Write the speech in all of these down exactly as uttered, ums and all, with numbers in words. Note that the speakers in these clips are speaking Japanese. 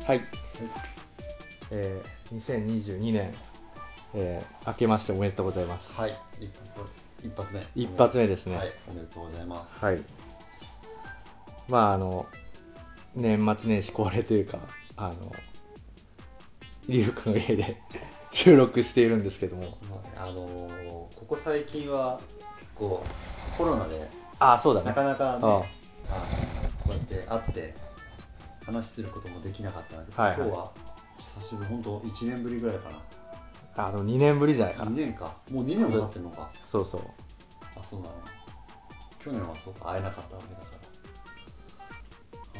はい、えー、にせんにじゅうにねん、えー、明けましておめでとうございます。 はい、一発一発目一発目ですね。 はい、おめでとうございます。 はい。まああの年末年始恒例というか、あのリュウ君の家で収録しているんですけども、 あのー、ここ最近は結構コロナで、 ああそうだね、 なかなかね、 あああのこうやって会って話することもできなかったので、 はいはい、 今日は久しぶり、本当いちねんぶりぐらいかな。 あのにねんぶりじゃないかな。 にねんか、もうにねんも経ってんのか。 そうそう。 あ、そうだね。去年はそうか、会えなかったわけだから。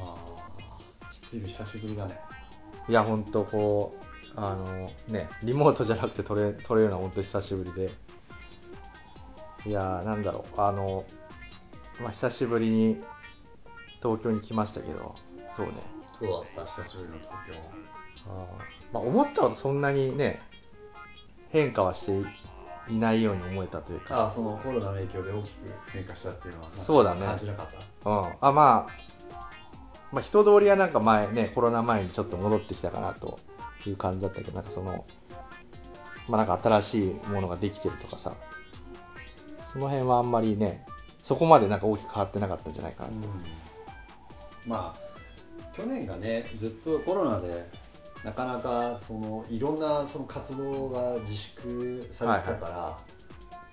ああ、ずいぶん久しぶりだね。 いや本当こうあのねリモートじゃなくて撮れ撮れるのは本当久しぶりで、いやーなんだろう、あのまあ久しぶりに東京に来ましたけど、そうね。 どうだった、久しぶりの東京。 あ、まあ、思ったほどそんなにね変化はしていないように思えたというか。 ああ、そのコロナの影響で大きく変化したっていうのはそうだね、 感じなかった。 うん、あ、まあ、まあ人通りはなんか前ねコロナ前にちょっと戻ってきたかなという感じだったけど、なんかそのまあなんか新しいものができてるとかさ、その辺はあんまりねそこまでなんか大きく変わってなかったんじゃないかなと。うん、 まあ去年がねずっとコロナでなかなかそのいろんなその活動が自粛されてたから、はいはい、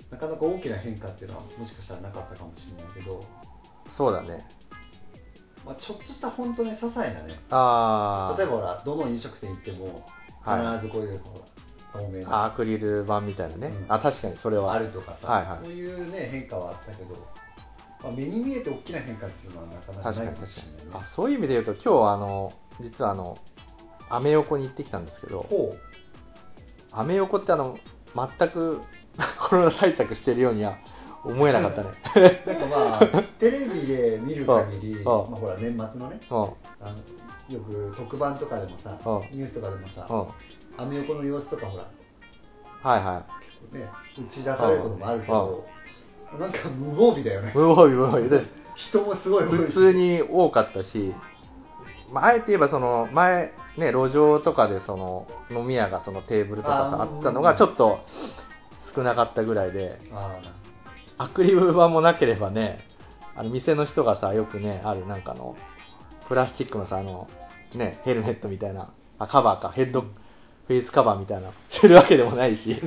なかなか大きな変化っていうのはもしかしたらなかったかもしれないけど。 そうだね、 まあ、ちょっとした本当に些細なね、 あ例えばほらどの飲食店行っても必ずこういう、ほら透明なアクリル板みたいなね、うん、あ確かにそれはあるとかさ、 はいはい、 そういうね変化はあったけど、まあ、目に見えて大きな変化っていうのはなかなかないかもしれないね。 あ、そういう意味で言うと今日あの実はあのアメ横に行ってきたんですけど、 ほう、 アメ横ってあの全くコロナ対策してるようには思えなかったねなんかまあテレビで見る限り、まあ、ほら年末のね、あのよく特番とかでもさ、ニュースとかでもさ、アメ横の様子とかほら、 はいはい、 結構ね打ち出されることもあるけど、なんか無防備だよね。 無防備無防備です。 人もすごい多いし普通に多かったし、まあ、あえて言えばその前ね路上とかでその飲み屋がそのテーブルとかさ あ, あったのがちょっと少なかったぐらいで、あアクリル板もなければね、あの店の人がさよくねあるなんかのプラスチックのさあのねヘルメットみたいな、あカバーかヘッドフェイスカバーみたいなしてるわけでもないし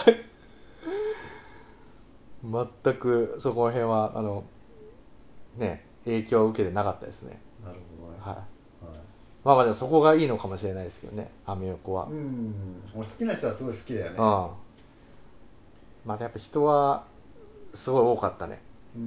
全くそこら辺はあのね影響を受けてなかったですね。 なるほどね。 はい。はい、まあまあでもそこがいいのかもしれないですけどね、アメ横は。 うん。俺好きな人はすごい好きだよね。 うん。まあやっぱ人はすごい多かったね。 うん。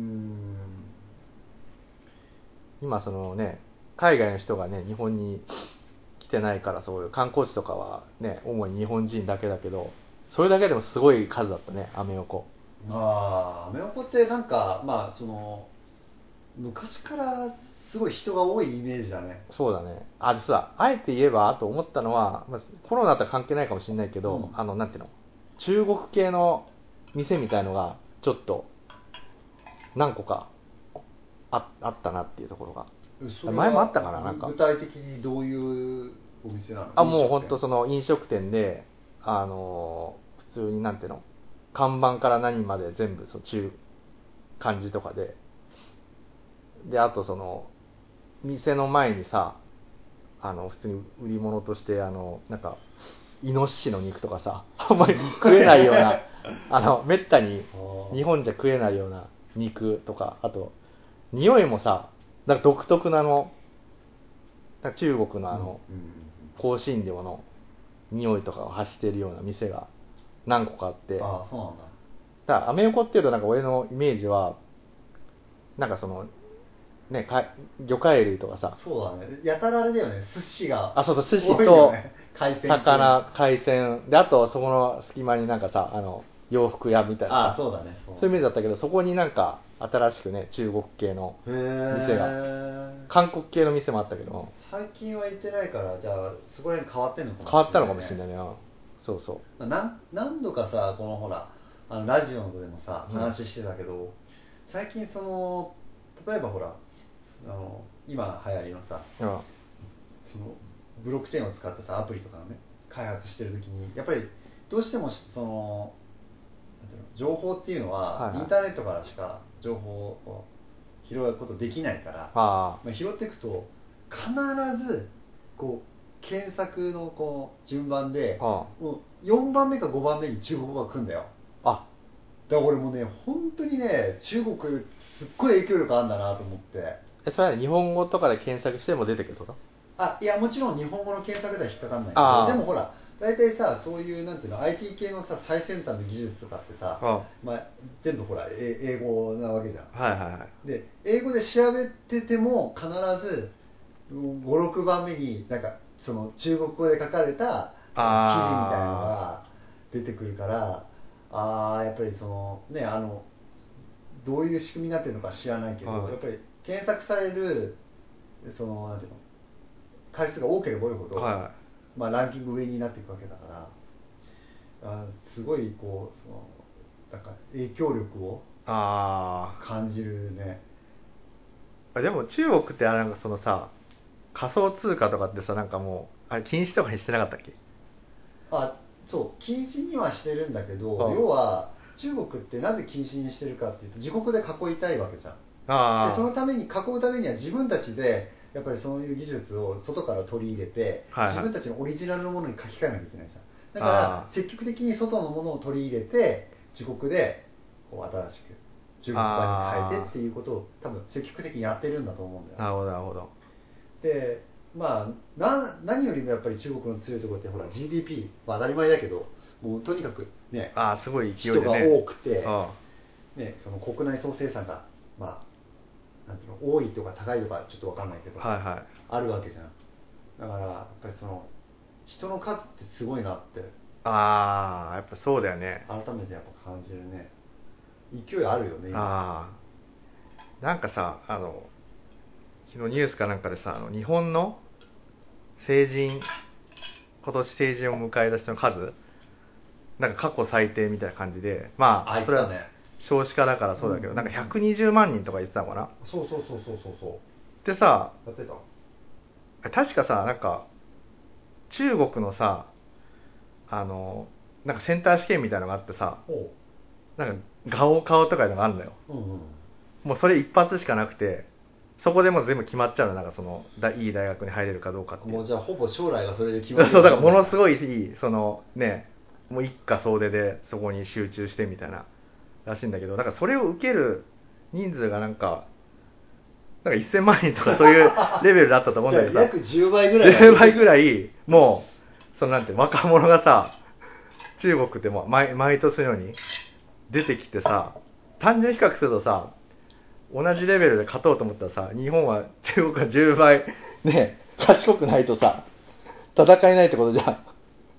今そのね海外の人がね日本に来てないから、そういう観光地とかはね主に日本人だけだけど、それだけでもすごい数だったね、アメ横。 ああ、アメ横ってなんかまあその昔からすごい人が多いイメージだね。 そうだね。あ、実はあえて言えばあと思ったのは、まあ、コロナとは関係ないかもしれないけど、うん、あのなんていうの、中国系の店みたいのがちょっと何個か あ, あったなっていうところが。前もあったかな、なんか具体的にどういうお店なの？ あ、もう本当その飲食店で、あの普通になんていうの、看板から何まで全部その中漢字とかで、であとその店の前にさ、あの普通に売り物としてあのなんかイノシシの肉とかさ、あんまり食えないようなあのめったに日本じゃ食えないような肉とか、あと匂いもさ、なんか独特なの、なんか中国のあの、うんうんうん、香辛料の匂いとかを発しているような店が何個かあって。 ああ、そうなんだ。 だからアメ横っていうとなんか俺のイメージはなんかそのね、魚介類とかさ、 そうだね、やたらあれだよね、寿司が、 あ、そうそう、寿司と、 ね、海鮮魚、海鮮で、あとそこの隙間になんかさ、あの洋服屋みたいな、 あ、そうだね、 そういうイメージだったけど、そこになんか新しくね中国系の店が、韓国系の店もあったけど、 最近は行ってないから、じゃあそこら辺変わってんのかもしれない、ね、 変わったのかもしれないね。そうそう、 な何度かさ、このほらあのラジオでもさ話してたけど、うん、最近その例えばほらあの今流行りのさ、うん、そのブロックチェーンを使ったさアプリとかのね開発してるときにやっぱりどうしてもそのなんていうの情報っていうのは、はいはい、インターネットからしか情報を拾うことできないから、あまあ、拾っていくと必ずこう検索のこう順番でもうよんばんめかごばんめに中国語が来るんだよ。あだから俺もね本当にね中国すっごい影響力あるんだなと思って。 えそれは日本語とかで検索しても出てくるってこと？ あいやもちろん日本語の検索では引っかかんないけど、でもほら大体さそういうなんていうの アイティー 系のさ最先端の技術とかってさ、まあ、全部ほら英語なわけじゃん、はいはいはい、で英語で調べてても必ずごろくばんめになんかその中国語で書かれた記事みたいなのが出てくるから、ああやっぱりそのねあのどういう仕組みになってるのか知らないけど、やっぱり検索されるそのなんていうの回数が多ければ多いほど、はい、まあ、ランキング上になっていくわけだからあすごいこうそのなんか影響力を感じるね。 あでも中国ってあれなんかそのさ仮想通貨とかってさなんかもうあれ禁止とかにしてなかったっけ？ あそう禁止にはしてるんだけど、要は中国ってなぜ禁止にしてるかっていうと自国で囲いたいわけじゃん。あでそのために囲うためには自分たちでやっぱりそういう技術を外から取り入れて、はいはい、自分たちのオリジナルのものに書き換えなきゃいけないじゃん。だから積極的に外のものを取り入れて自国でこう新しく中国版に変えてっていうことを多分積極的にやってるんだと思うんだよ。 なるほどなるほど。 でまあな何よりもやっぱり中国の強いところってほら ジーディーピー、まあ、当たり前だけどもうとにかくねあすごい勢いで、ね、 人が多くてね、その国内総生産がまあなんていうの多いとか高いとかちょっと分かんないけど、はいはい、あるわけじゃん。だからやっぱりその人の数ってすごいなってああやっぱそうだよね。 改めてやっぱ感じるね。勢いあるよね今。 あなんかさあの昨日ニュースかなんかでさあの日本の成人今年成人を迎えた人の数なんか過去最低みたいな感じでまあそれはね少子化だからそうだけど、うんうんうん、なんかひゃくにじゅうまんにんとか言ってたのかな。 そうそうそうそうそうそうでさやってた確かさなんか中国のさあのなんかセンター試験みたいなのがあってさなんかガオカオとかいうのがあるんだよ、うんうん、もうそれ一発しかなくてそこでもう全部決まっちゃうのなんかそのだいい大学に入れるかどうかっていう。 もうじゃあほぼ将来がそれで決まる。 そうだからものすごいそのねもう一家総出でそこに集中してみたいならしいんだけどなんかそれを受ける人数がなんかなんかせんまんにんとかそういうレベルだったと思うんだけどさ約じゅうばいぐらいじゅうばいぐらいもうそのなんて若者がさ中国ってもう 毎, 毎年のように出てきてさ単純比較するとさ同じレベルで勝とうと思ったらさ日本は中国がじゅうばいね賢くないとさ戦えないってことじゃん。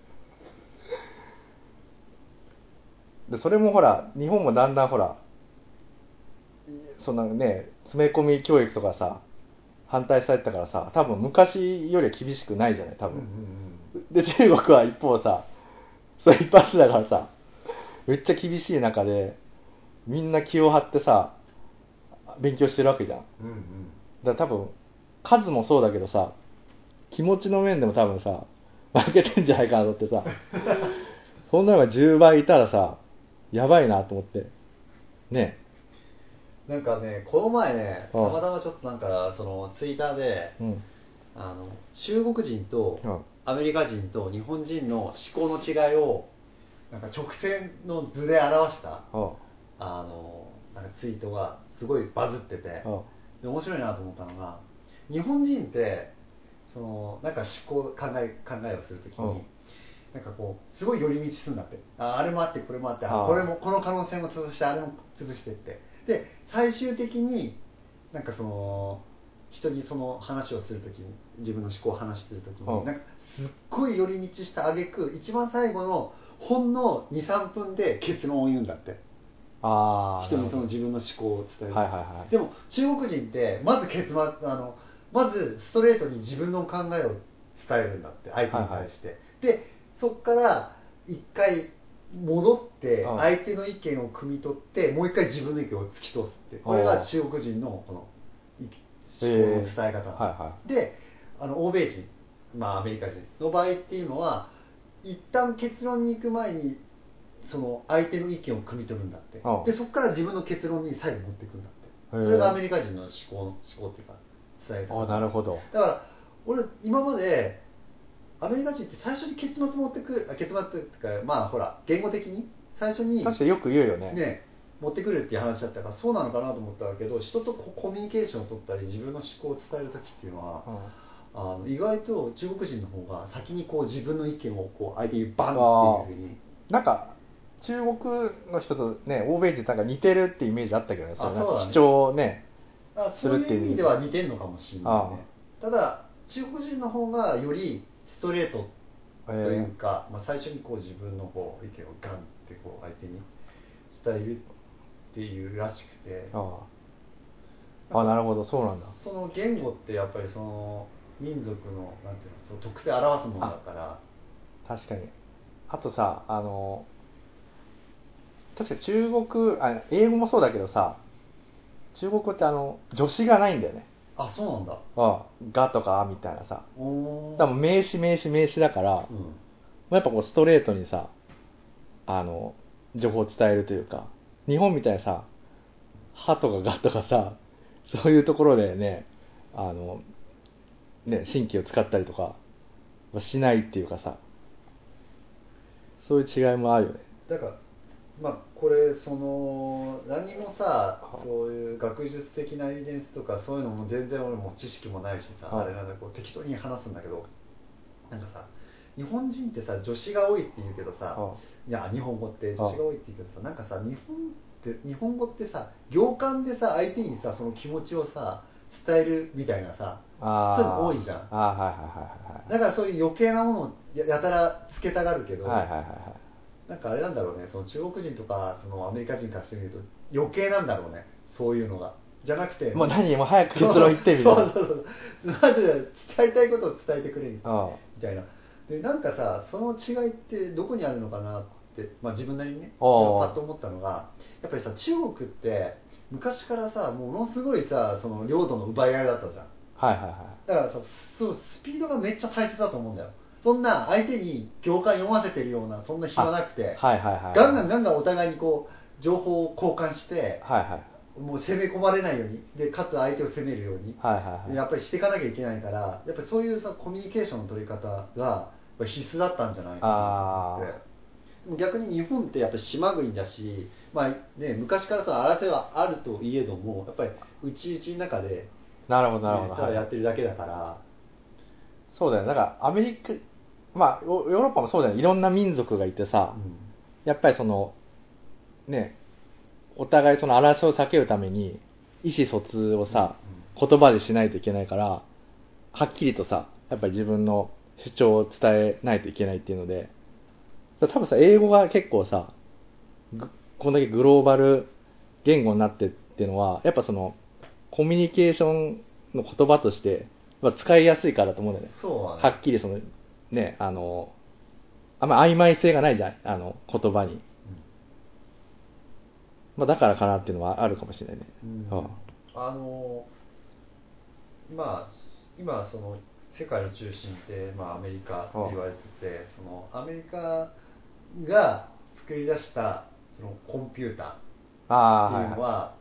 でそれもほら日本もだんだんほらそんなね詰め込み教育とかさ反対されてたからさ多分昔よりは厳しくないじゃない多分、うんうんうん、で中国は一方さそれ一発だからさめっちゃ厳しい中でみんな気を張ってさ勉強してるわけじゃん、うんうん、だから多分数もそうだけどさ気持ちの面でも多分さ負けてんじゃないかなと思ってさそんなのがじゅうばいいたらさやばいなと思ってね。 なんかねこの前ねたまたまちょっとなんかそのツイッターで、うん、あの中国人とアメリカ人と日本人の思考の違いをなんか直線の図で表したあのなんかツイートがすごいバズっててで面白いなと思ったのが日本人ってそのなんか思考考え考えをするときになんかこうすごい寄り道するんだって あ, あれもあってこれもあってあこれもこの可能性も潰してあれも潰してってで最終的になんかその人にその話をするときに自分の思考を話してるときになんかすっごい寄り道した挙句一番最後のほんの にさんぷんで結論を言うんだって。あ人にその自分の思考を伝える、はいはいはい、でも中国人ってまず結末あのまずストレートに自分の考えを伝えるんだって相手に対して、はいはい、でそこから一回戻って相手の意見を汲み取ってもう一回自分の意見を突き通すってこれが中国人のこの思考の伝え方、はいはい、であの欧米人まあアメリカ人の場合っていうのは一旦結論に行く前にその相手の意見を汲み取るんだって。でそこから自分の結論に最後持っていくんだって。それがアメリカ人の思考の思考っていうか伝え方。 あ、なるほど。 だから俺今までアメリカ人って最初に結末持ってくる、結末っていうかまあほら言語的に最初に確かによく言うよね。 ね持ってくるっていう話だったからそうなのかなと思ったけど、人とコミュニケーションを取ったり自分の思考を伝える時っていうのは、うん、あの意外と中国人の方が先にこう自分の意見をこう相手にバンっていうふうになんか中国の人とね欧米人なんか似てるってイメージあったけどね、 あそうだね主張ねあそういう意味では似てるのかもしれないね。ただ中国人の方がよりストレートというか、えーまあ、最初にこう自分のこう意見をガンってこう相手に伝えるっていうらしくて、 ああ、あ、なるほど、そうなんだ。 その言語ってやっぱりその民族のなんていうの、その特性を表すものだから。 確かに。あとさ、あの確か中国あ英語もそうだけどさ、中国語ってあの助詞がないんだよね。 あ、そうなんだ。 ああ、がとかあみたいなさ。 お多分名詞名詞名詞だから、うん、やっぱこうストレートにさ、あの情報を伝えるというか、日本みたいにさ、はとかがとかさ、そういうところでね、あのね神経を使ったりとかしないっていうかさ、そういう違いもあるよね。 だからまあこれその何もさ、そういう学術的なエビデンスとかそういうのも全然俺も知識もないしさ、あれなんだこう適当に話すんだけど、なんかさ日本人ってさ助詞が多いって言うけどさ、いや日本語って助詞が多いって言うけどさ、なんかさ日本って日本語ってさ行間でさ相手にさその気持ちをさ伝えるみたいなさ、そういうの多いじゃん。 あ、はいはいはいはい、 だからそういう余計なものを や, やたらつけたがるけど、 はいはいはいはい、 なんかあれなんだろうね、その中国人とかそのアメリカ人からしてみると余計なんだろうね、そういうのが。じゃなくて、 もう何もう早く結論言ってみたいな。 そうそうそうそう。まず伝えたいことを伝えてくれみたいな。でなんかさ、その違いってどこにあるのかなって、まあ、自分なりにね、パッと思ったのが、やっぱりさ中国って昔からさものすごいさその領土の奪い合いだったじゃん。 はいはいはい。 だからさそうスピードがめっちゃ大切だと思うんだよ。そんな相手に行間読ませてるようなそんな暇なくて、 はいはいはい、 ガンガンガンガンお互いにこう情報を交換して、 はいはい、 もう攻め込まれないようにでかつ相手を攻めるように、 はいはいはい、 やっぱりしていかなきゃいけないから、やっぱりそういうさコミュニケーションの取り方が必須だったんじゃないかなって。でも逆に日本ってやっぱり島国だし、まあね、昔からさ争いはあるといえども、やっぱり内々の中で、 なるほどなるほど、 ただやってるだけだから、はい、 そうだよね。だからアメリカ、まあヨーロッパもそうだよね。いろんな民族がいてさ、うん、やっぱりそのね、お互いその争いを避けるために意思疎通をさ、うんうん、言葉でしないといけないから、はっきりとさ、やっぱり自分の主張を伝えないといけないっていうので、多分さ英語が結構さ、こんだけグローバル言語になってっていうのは、やっぱそのコミュニケーションの言葉として使いやすいからだと思うんだよね。 そうね。 はっきりそのね、あのあんま曖昧性がないじゃん、あの言葉に、うん、まあ、だからかなっていうのはあるかもしれないね。うん、 あのまあ今その世界の中心って、まあ、アメリカと言われてて、そのアメリカが作り出したそのコンピューターっていうのは、はい、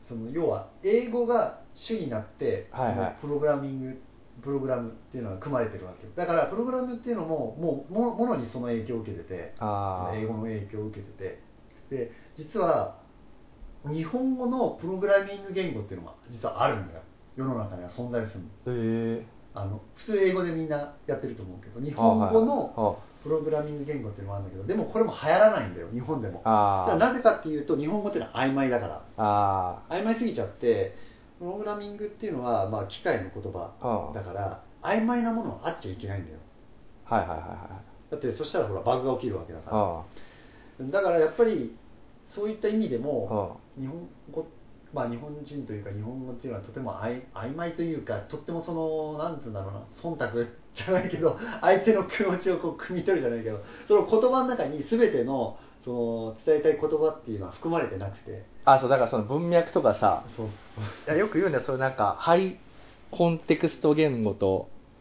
その要は英語が主になって、はいはい、そのプログラミングプログラムっていうのが組まれてるわけだから、プログラムっていうのももうものにその影響を受けてて、その英語の影響を受けてて、で実は日本語のプログラミング言語っていうのが実はあるんだよ、世の中には存在するの。へー。あの普通英語でみんなやってると思うけど、日本語のプログラミング言語っていうのもあるんだけど、でもこれも流行らないんだよ日本でも。あ、なぜかっていうと日本語っていうのは曖昧だから、あ曖昧すぎちゃって、プログラミングっていうのはまあ機械の言葉だから曖昧なものはあっちゃいけないんだよ。はいはいはいはい。だってそしたらほらバグが起きるわけだから。だからやっぱりそういった意味でも日本語、まあ、日本人というか日本語っていうのはとても曖昧というか、とってもそのなんていうんだろうな、忖度じゃないけど相手の気持ちをこう汲み取るじゃないけど、その言葉の中に全てのその伝えたい言葉っていうのは含まれてなくて、 あ、そうだからその文脈とかさ、そういやよく言うんだよ、それなんかハイコンテクスト言語と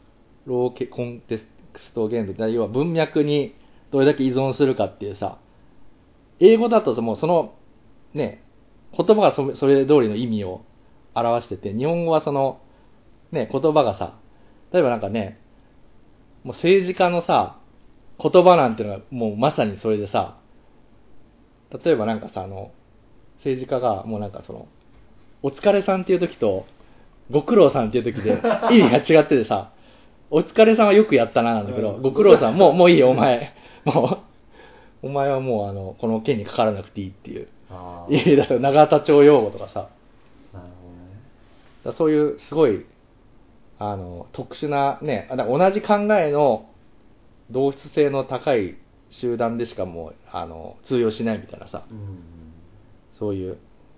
ローケコンテスト言語、要は文脈にどれだけ依存するかっていうさ、英語だともうそのね、言葉が そ, それ通りの意味を表してて、日本語はそのね、言葉がさ、例えばなんかね、もう政治家のさ、言葉なんていうのがもうまさにそれでさ、例えばなんかさ、あの、政治家がもうなんかその、お疲れさんっていう時と、ご苦労さんっていう時で意味が違っててさ、お疲れさんはよくやったななんだけど、ご苦労さんもう、もういいよお前。もう、お前はもうあの、この件にかからなくていいっていう。いやいや、だから永田町用語とかさ。 なるほどね。 だそういうすごい、あの、特殊なね、だ同じ考えの同質性の高い集団でしかもう、あの、通用しないみたいなさ、 うん、 そういう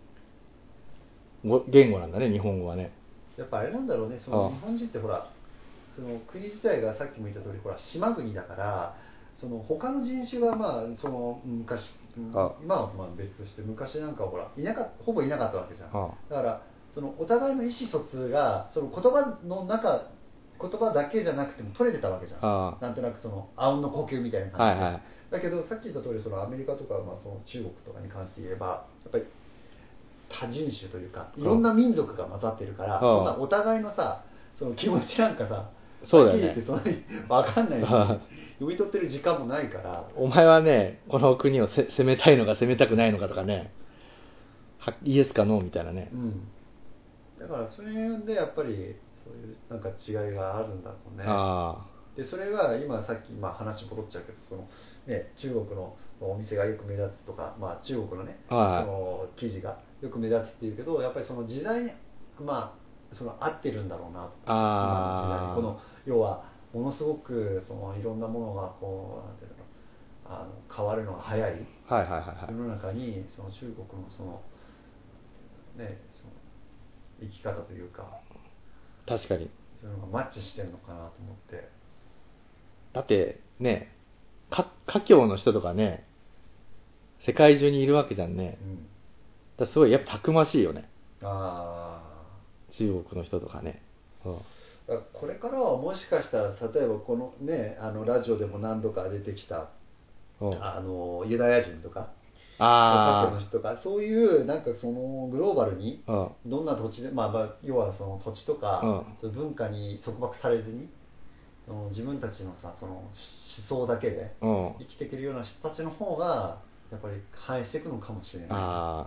言語なんだね、日本語はね。 やっぱあれなんだろうね、その日本人ってほら、その国自体がさっきも言った通り、ほら島国だから、その他の人種はまあその昔、 ああ今はまあ別として、昔なんかほらいなかほぼいなかったわけじゃん。 ああだからそのお互いの意思疎通がその言葉の中、言葉だけじゃなくても取れてたわけじゃん。 ああなんとなくそのあうんの呼吸みたいな感じで、 はいはい、 だけどさっき言った通り、そのアメリカとか、まあ、その中国とかに関して言えば、やっぱり多人種というか、いろんな民族が混ざってるから、そんなお互いのさ、その気持ちなんかさ、 そうだよね、 はっきり言ってそんなに分かんないし読み取ってる時間もないから、 お前はね、この国をせ攻めたいのか攻めたくないのかとかね、はイエスかノーみたいなね、 うん、だからそれでやっぱりそういうなんか違いがあるんだろうね。 あでそれが今さっき、まあ、話戻っちゃうけど、その、ね、中国のお店がよく目立つとか、まあ、中国のね、 はいその記事がよく目立つっていうけど、やっぱりその時代に、まあ、その合ってるんだろうなと。 あ今の時代にこの要はものすごくそのいろんなものがこうなんていうのあの変わるのが早いはいはいはいはい世の中に、その中国のそのねその生き方というか、 確かに。 そういうのがマッチしてるのかなと思って。 だってね、か華僑の人とかね、世界中にいるわけじゃんね。 うん、 だからすごいやっぱたくましいよね、 あ中国の人とかね。うん、 だからこれからはもしかしたら、例えばこのね、あのラジオでも何度か出てきた、 うん、 あのユダヤ人とかあの人とか、そういうなんかそのグローバルにあ、 どんな土地で、まあ、まあ要はその土地とか、 うん、 そういう文化に束縛されずに、その自分たちのさ、その思想だけでうん、 生きていけるような人たちの方がやっぱり反映していくのかもしれない。 あ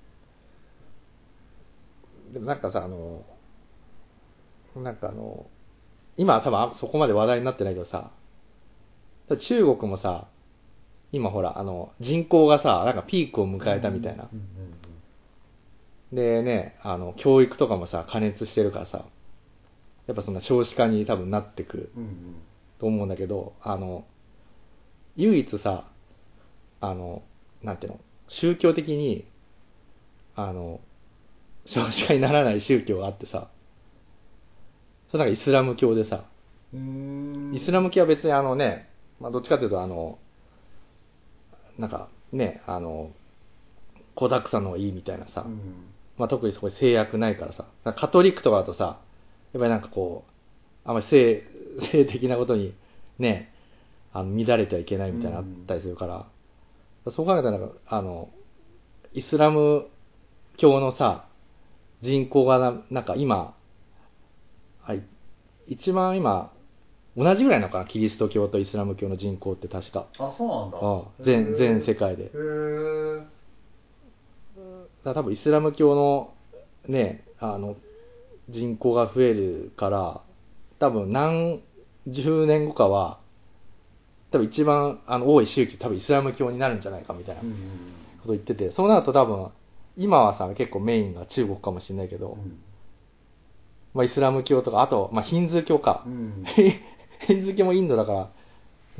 あ、でもなんかさ、あのなんかあの今は多分そこまで話題になってないけどさ、中国もさ、今ほらあの人口がさ、なんかピークを迎えたみたいな、 うんうんうん、 でね、あの教育とかもさ過熱してるからさ、やっぱそんな少子化に多分なってくるうんうんと思うんだけど、あの唯一さ、あのなんていうの、宗教的にあの少子化にならない宗教があってさ、それなんかイスラム教でさ、 うーん、 イスラム教は別にあのね、まあ、どっちかというとあのなんかね、あの子だくさんの方がいいみたいなさ、 うんまあ、特にそこに制約ないからさ、なんかカトリックとかだとさ、やっぱりなんかこう、あんまり性、性的なことにね、あの乱れてはいけないみたいなのあったりするから、うん、そう考えたらなんか、あの、イスラム教のさ、人口がな、なんか今、はい、一番今、同じぐらいなのかな、キリスト教とイスラム教の人口って確か。 あ、そうなんだ。 ああ全、全世界で。 へー。 だから多分イスラム教のね、あの、人口が増えるから、多分何十年後かは、多分一番あの多い宗教、多分イスラム教になるんじゃないかみたいなこと言ってて、そうなると多分、今はさ、結構メインが中国かもしれないけど、うん、まあイスラム教とか、あと、まあヒンズー教か。うん、ヒンズー教もインドだから、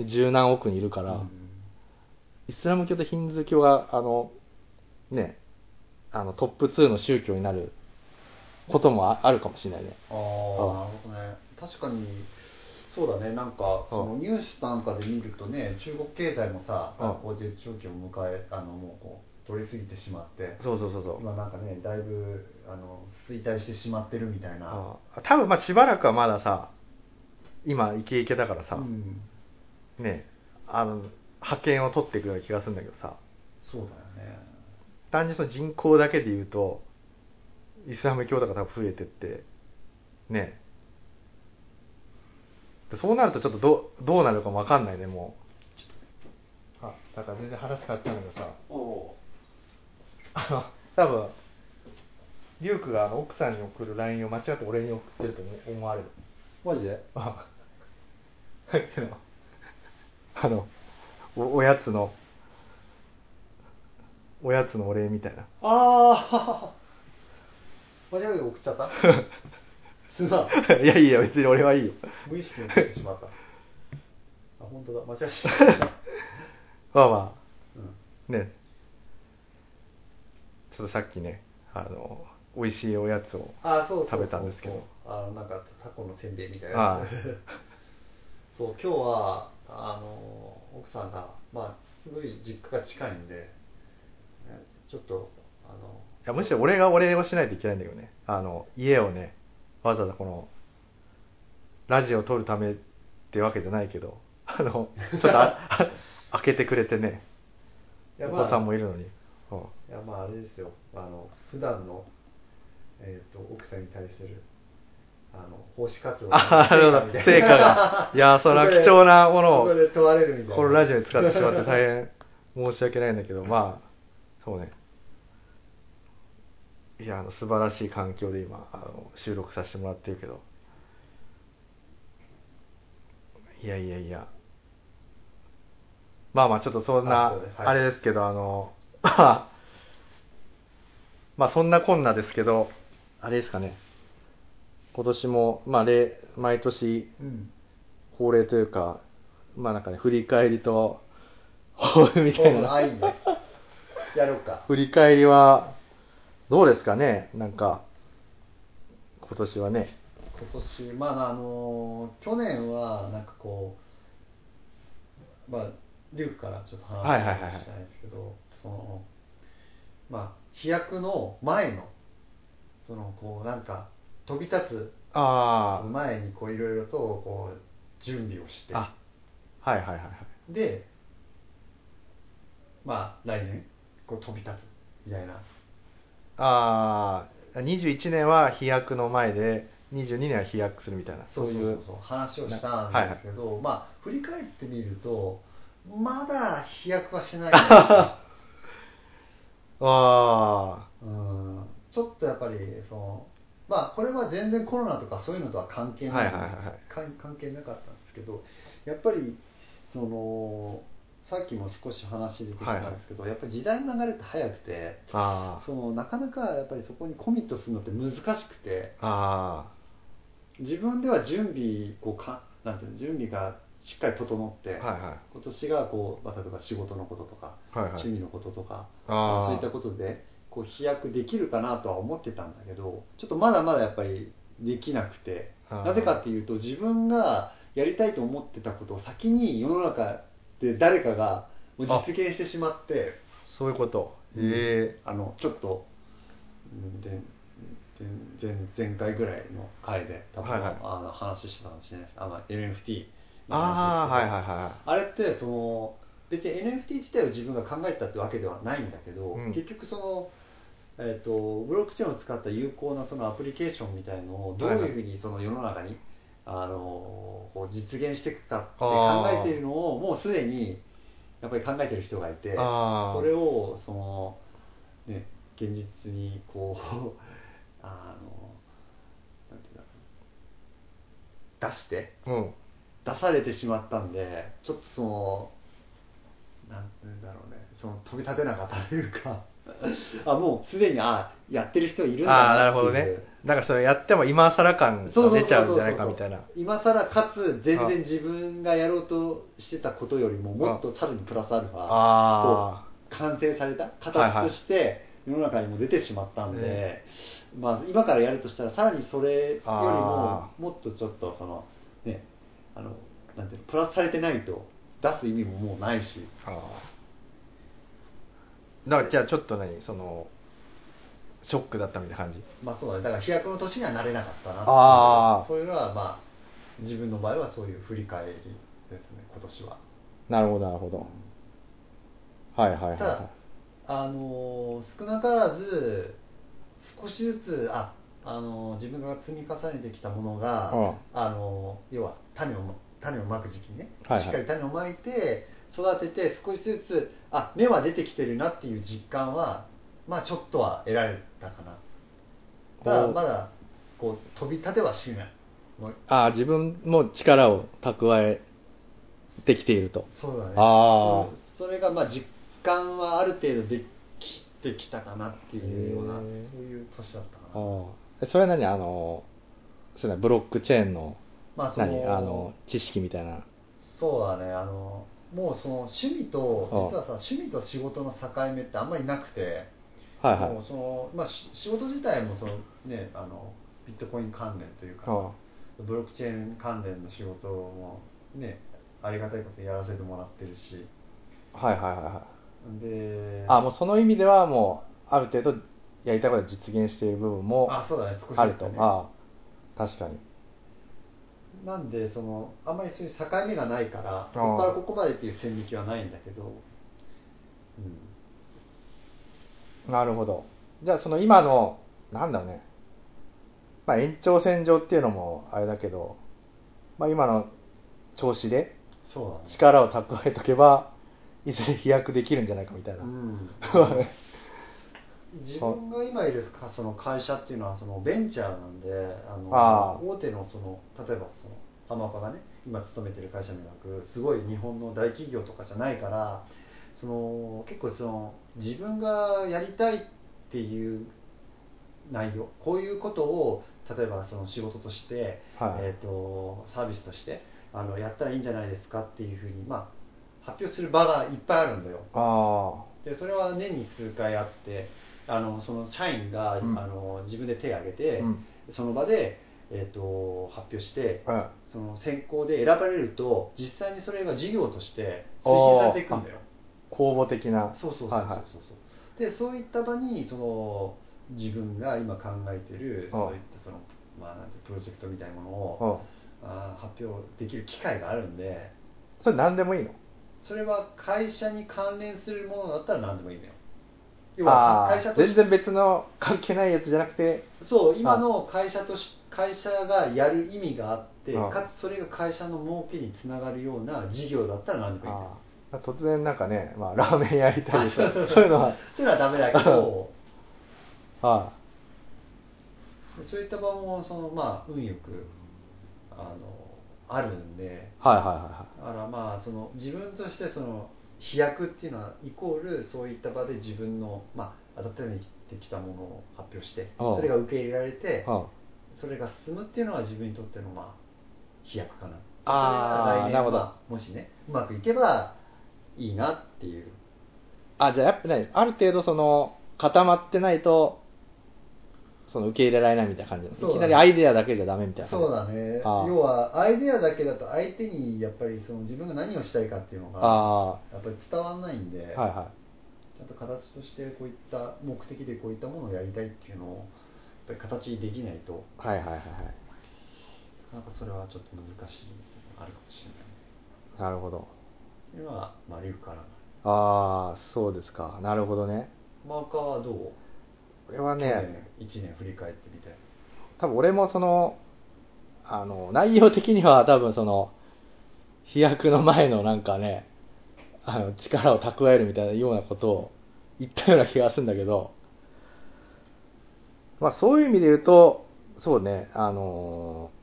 十何億人いるから、うん、イスラム教とヒンズー教が、あの、ね、あのトップツーの宗教になることもあるかもしれないね。 ああ、なるほどね。確かにそうだね。なんかそのニュースなんかで見るとね、中国経済もさ、こう絶頂期を迎え、あのもうこう取り過ぎてしまって、 そうそうそうそう。 今なんかね、だいぶあの衰退してしまってるみたいな。 ああ、多分まあしばらくはまださ、 今イケイケだからさ、 うん、 ね、あの覇権を取っていくような気がするんだけどさ、 そうだよね。 単にその人口だけで言うとイスラム教とか多分増えてってね、そうなるとちょっとど う, どうなるかも分かんないね。もうあだから全然話変わっちゃうんだけどさ、 おあの多分リュウクがあの奥さんに送る ライン を間違って俺に送ってると思われる。 マジで？ ああの お, おやつのおやつのお礼みたいな。 ああ間違えて送っちゃったすまん。 いやいや別に俺はいいよ。 無意識に送ってしまった。あ、本当だ、間違えちゃった。 まあまあ、 うん、 ね、ちょっとさっきね、あの美味しいおやつを食べたんですけど、 あのなんかタコのせんべいみたいなやつそう今日はあの奥さんがまあすごい実家が近いんで、ちょっとあのいやむしろ俺がお礼をしないといけないんだけどね。あの家をねわざわざこのラジオを撮るためってわけじゃないけど、あのちょっと開けてくれてね、お子さんもいるのに。 いやまああれですよ、あの普段の、えー、と奥さんに対するあの奉仕活動の成果みたいな成果がいやそれは貴重なものをここで問われるみたいな、 このラジオに使ってしまって大変申し訳ないんだけど、まあそうね、いやあの素晴らしい環境で今あの収録させてもらってるけど、いやいやいや、まあまあちょっとそんな あ,、ねはい、あれですけど、あのまあそんなこんなですけど、あれですかね、今年もまあ例毎年恒例というか、うん、まあなんかね振り返りと抱負みたいな、 あいいね、やろうか。 振り返りはどうですかね。なんか今年はね、 今年まああの去年はなんかこうまあリュウクからちょっと話をしたいんですけど、そのまあ飛躍の前のそのこうなんか飛び立つあ前にこういろいろとこう準備をして、 あはいはいはいはい、 でまあ来年こう飛び立つみたいな。 ああにじゅういちねんは飛躍の前でにじゅうにねんは飛躍するみたいな、 そうそうそうそう話をしたんですけど、はいはい、まあ振り返ってみるとまだ飛躍はしないああうんちょっとやっぱりそのまあこれは全然コロナとかそういうのとは関係ない、はいはいはい、関係なかったんですけど、やっぱりそのさっきも少し話出てきたんですけど、はいはい、やっぱり時代の流れって早くて、あそのなかなかやっぱりそこにコミットするのって難しくて、あ自分では準備こうかなんていうの準備がしっかり整って、はいはい、今年がこう、まあ、例えば仕事のこととか、はいはい、趣味のこととか、あそういったことでこう飛躍できるかなとは思ってたんだけど、ちょっとまだまだやっぱりできなくて、なぜかっていうと自分がやりたいと思ってたことを先に世の中で誰かが実現してしまって、 そういうこと、へえー、あのちょっとで前, 前回ぐらいの回で多分、はいはい、あの話してたかもしれないです。あの エヌエフティー の話ですけど、あ、はいはいはい、あれってその別に エヌエフティー 自体を自分が考えたってわけではないんだけど、うん、結局そのえー、とブロックチェーンを使った有効なそのアプリケーションみたいのをどういうふうにその世の中に、あのこう実現していくかって考えているのをもうすでにやっぱり考えている人がいて、それをその、ね、現実にこうあのなんていうんだろう出して、うん、出されてしまったんで、ちょっとそのなんていうんだろうね、その飛び立てなかったというかあもうすでにあやってる人いるんだなっていう。あなるほどね。 なんかそれやっても今更感が出ちゃうんじゃないかみたいな。 今更かつ全然自分がやろうとしてたことよりももっとさらにプラスアルファ完成された形として世の中にも出てしまったんで、はいはい、まあ、今からやるとしたらさらにそれよりももっとちょっとそのねあのなんていうのプラスされてないと出す意味ももうないし。あだからじゃあちょっと何そのショックだったみたいな感じ。 まあそうだね。だから飛躍の年にはなれなかったなっていう、あそういうのはまあ自分の場合はそういう振り返りですね、今年は。 なるほどなるほど、うん、はいはいはい、はい、 ただあの少なからず少しずつああの自分が積み重ねてきたものが、うん、あの要は種を種をまく時期にね、はいはい、しっかり種をまいて育てて少しずつあ芽は出てきてるなっていう実感はまあちょっとは得られたかな。ただまだこう飛び立てはしない。 ああ、自分も力を蓄えてきていると。 そうだね。 あそ, それがまあ実感はある程度できてきたかなっていうようなそういう年だったかな。 あそれは何あのそれブロックチェーンの、 まあ、その何あの知識みたいな。 そうだね。あのもうその趣味と実はさ趣味と仕事の境目ってあんまりなくて、はいはい、もうそのまあ仕事自体もそのねあのビットコイン関連というか。ブロックチェーン関連の仕事もねありがたいことやらせてもらってるし、 はいはいはいはい。 で、 あもうその意味ではもうある程度やりたいことが実現している部分もあそうだね少しあると。あ確かに。 なんでそのあんまりそういう境目がないからここからここまでっていう線引きはないんだけど、 うん、なるほど。じゃあその今のなんだろうね。まあ、延長線上っていうのもあれだけど、まあ、今の調子で力を蓄えとけばいずれ飛躍できるんじゃないかみたいな、うん、 自分が今いるその会社っていうのはそのベンチャーなんであのあ大手のその例えばその浜岡がね今勤めてる会社みたくすごい日本の大企業とかじゃないからその結構その自分がやりたいっていう内容こういうことを例えばその仕事として、はいえー、とサービスとしてあのやったらいいんじゃないですかっていうふうに、まあ、発表する場がいっぱいあるんだよ。あでそれは年に数回あってあのその社員が、うん、あの自分で手を挙げて、うん、その場で、えー、と発表して、うん、その選考で選ばれると実際にそれが事業として推進されていくんだよ。 公募的な。 そうそうそうそうそう、はいはい、でそういった場にその自分が今考えているそういったその、まあ、なんてプロジェクトみたいなものをあ発表できる機会があるんで。 それ何でもいいの？ それは会社に関連するものだったら何でもいいんだよ。 要は会社と全然別の関係ないやつじゃなくてそう今の会社とし会社がやる意味があってかつそれが会社の儲けにつながるような事業だったら何でもいいんだよ。 突然なんかね、まあ、ラーメンやりたいですそういうのはそういうのはダメだけどはあ、そういった場もその、まあ、運よくあのあるんで、 はいはいはい、 だからまあその自分としてその飛躍っていうのはイコールそういった場で自分の、まあ、当たってきたものを発表してそれが受け入れられてそれが進むっていうのは自分にとってのまあ飛躍かな。 あそれが来年、まあ、もしねうまくいけばいいなっていう。 あじゃあやっぱねある程度その固まってないとその受け入れられないみたいな感じ、ね、いきなりアイデアだけじゃダメみたいな。 そうだね。要はアイデアだけだと相手にやっぱりその自分が何をしたいかっていうのがやっぱり伝わらないんで、はいはい、ちゃんと形としてこういった目的でこういったものをやりたいっていうのをやっぱり形にできないと、 はいはいはいはい、 なんかそれはちょっと難しいのがあるかもしれない。 なるほど。 今はまあリュウから。 ああそうですか。なるほどね。 マーカーはどう？ これはねいちねん振り返ってみて多分俺もそのあの内容的には多分その飛躍の前のなんかねあの力を蓄えるみたいなようなことを言ったような気がするんだけど、まあそういう意味で言うとそうねあの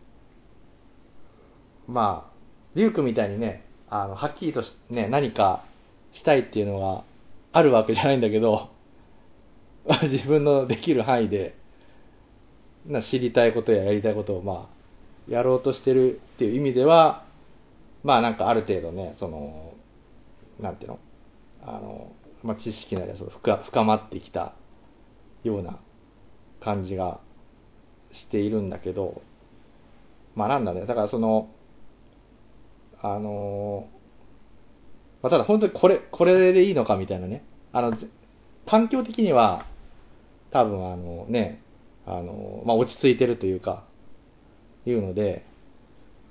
まあリュウ君みたいにねあのはっきりとね何かしたいっていうのがあるわけじゃないんだけど自分のできる範囲で知りたいことややりたいことをまあやろうとしてるっていう意味ではまあなんかある程度ねそのなんていうのあの、まあ、知識なりその 深, 深まってきたような感じがしているんだけどまあなんだねだからそのあの、まあ、ただ本当にこれこれでいいのかみたいなねあの環境的には多分あのねあの、まあ、落ち着いてるというかいうので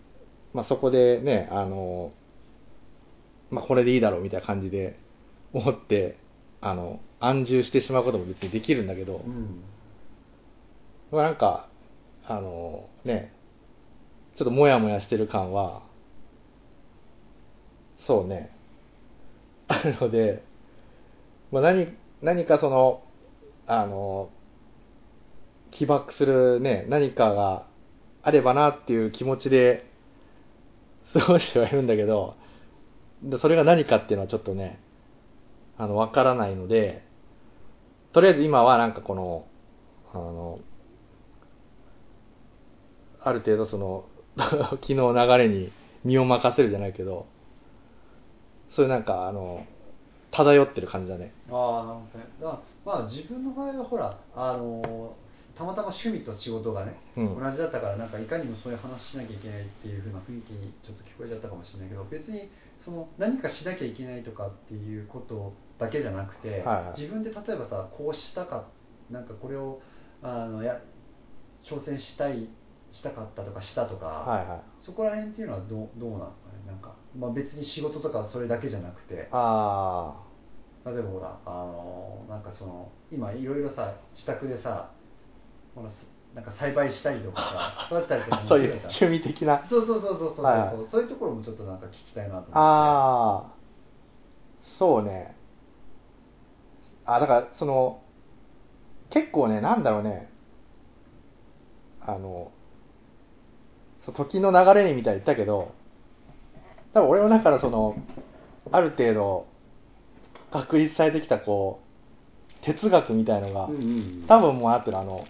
まあ、そこでね、あの、まあ、これでいいだろうみたいな感じで思って、あの、安住してしまうことも別にできるんだけど、 うん、 まあ、なんか、あの、ね、ちょっとモヤモヤしてる感は、そうね、あるので、まあ、何、何かその、あの、起爆するね、何かがあればなっていう気持ちで過ごしてはいるんだけど、でそれが何かっていうのはちょっとね、あの、わからないので、とりあえず今はなんかこの、あの、ある程度その、昨日流れに身を任せるじゃないけど、そういうなんかあの、漂ってる感じだね。 ああ、なるほどね。だからまあ自分の場合はほら、あのたまたま趣味と仕事がね、 うん、 同じだったから、なんかいかにもそういう話しなきゃいけないっていう風な雰囲気にちょっと聞こえちゃったかもしれないけど、別にその何かしなきゃいけないとかっていうことだけじゃなくて、 はいはい、 自分で例えばさ、こうしたか、なんかこれをあのや挑戦したい、したかったとかしたとか、 はいはい、 そこら辺っていうのはどう、どうなのかね。なんか、まあ、別に仕事とかそれだけじゃなくて、 あ例えばほら、あのなんかその今いろいろさ、自宅でさ、ほらなんか栽培したりとかさ、育てたりとかあ、 もそういうするじゃん。 趣味的な。 そうそうそうそうそうそう、 はいはい、 そういうところもちょっとなんか聞きたいなと思って。 ああ、そうね。あ、だからその、結構ね、なんだろうね、あの、そう時の流れにみたいに言ったけど、多分俺の中からその、ある程度、確立されてきたこう、哲学みたいのが、 うんうんうん、 多分もうあってるあの、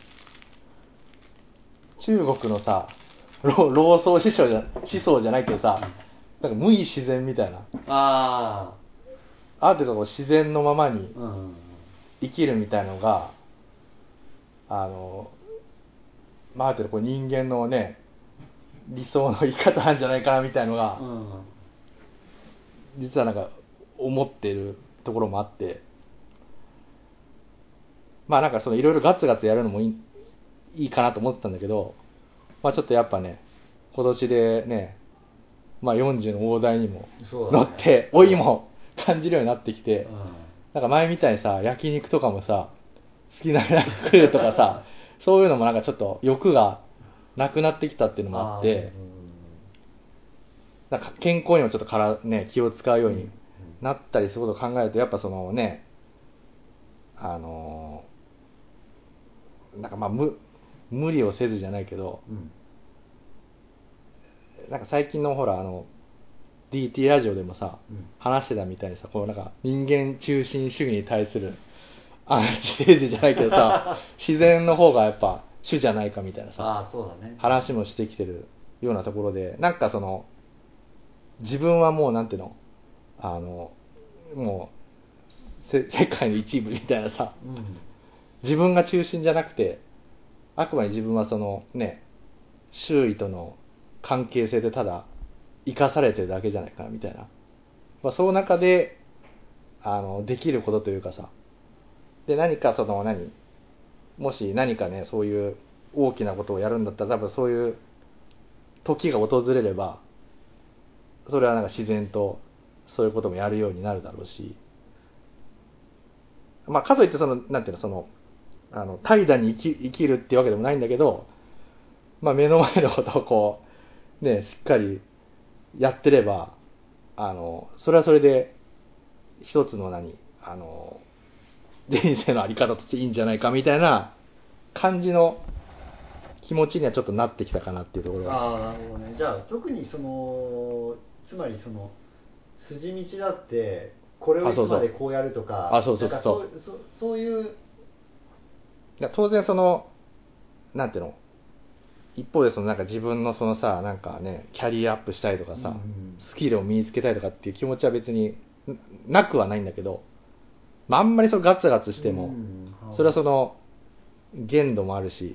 中国のさ、老老荘思想じゃ、思想じゃないけどさ、なんか無意自然みたいな。 あある程度こう自然のままにあ、うんうんうん、 生きるみたいのが、あの、まあ、ある程度こう人間のね、理想の生き方なんじゃないかなみたいのが、 うんうん、 実はなんか思っているところもあって、まあなんかそのいろいろガツガツやるのもいい、いいかなと思ってたんだけど、まあちょっとやっぱね、今年でね、まあよんじゅうの大台にも乗って、老いも感じるようになってきて、 うん、 なんか前みたいにさ、焼肉とかもさ、好きなだけ食うとかさ、そういうのもなんかちょっと欲がなくなってきたっていうのもあって、なんか健康にもちょっとから、ね、気を使うようになったりすることを考えると、やっぱそのね、あのー、なんかまあ無、無理をせずじゃないけど、 うん、 なんか最近のほら、あの、ディーティー ラジオでもさ、 うん、 話してたみたいにさ、こうなんか人間中心主義に対するアンチテーゼじゃないけどさ、自然の方がやっぱ主じゃないかみたいなさ、 ああ、そうだね、 話もしてきてるようなところで、なんかその、自分はもうなんていうの、あの、もう、せ世界の一部みたいなさ、 うん、 自分が中心じゃなくて、あくまで自分はそのね、周囲との関係性でただ生かされてるだけじゃないかなみたいな。まあ、その中で、あの、できることというかさ、で、何かその何、もし何かね、そういう大きなことをやるんだったら、多分そういう時が訪れれば、それはなんか自然とそういうこともやるようになるだろうし、まあ、かといってその、なんていうの、その、あの、怠惰に生き、生きるっていうわけでもないんだけど、まあ、目の前のことをこう、ね、しっかりやってれば、あの、それはそれで、一つの何、あの、人生のあり方としていいんじゃないかみたいな感じの気持ちにはちょっとなってきたかなっていうところが。 ああ、なるほどね。じゃあ特にその、つまりその筋道だってこれをいつまでこうやるとか、 あ、そうそうそう。 そうそう、そういう。 当然その、なんていうの、一方でそのなんか自分のそのさ、なんかね、キャリアアップしたいとかさ、 うんうん、 スキルを身につけたいとかっていう気持ちは別になくはないんだけど、まあ、あんまりそのガツガツしても、 うんうん、 それはその限度もあるし、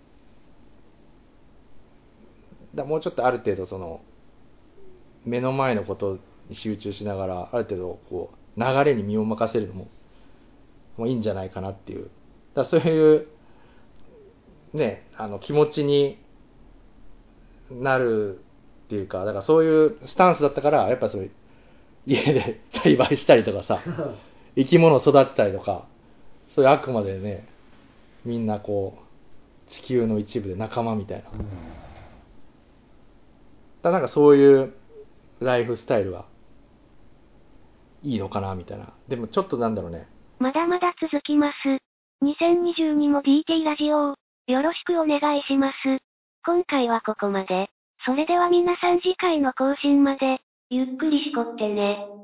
だもうちょっとある程度その目の前のことに集中しながらある程度こう流れに身を任せるのももういいんじゃないかなっていう、だそういうね、あの気持ちになるっっていうか、だからそういうスタンスだったから、やっぱそういう家で栽培したりとかさ、生き物を育てたりとか、そういうあくまでね、みんなこう、地球の一部で仲間みたいな。 うん、 だからなんかそういうライフスタイルがいいのかなみたいな。でもちょっとなんだろうね。 まだまだ続きます。にせんにじゅうにも ディーティー ラジオをよろしくお願いします。今回はここまで。それでは皆さん次回の更新まで、ゆっくりしこってね。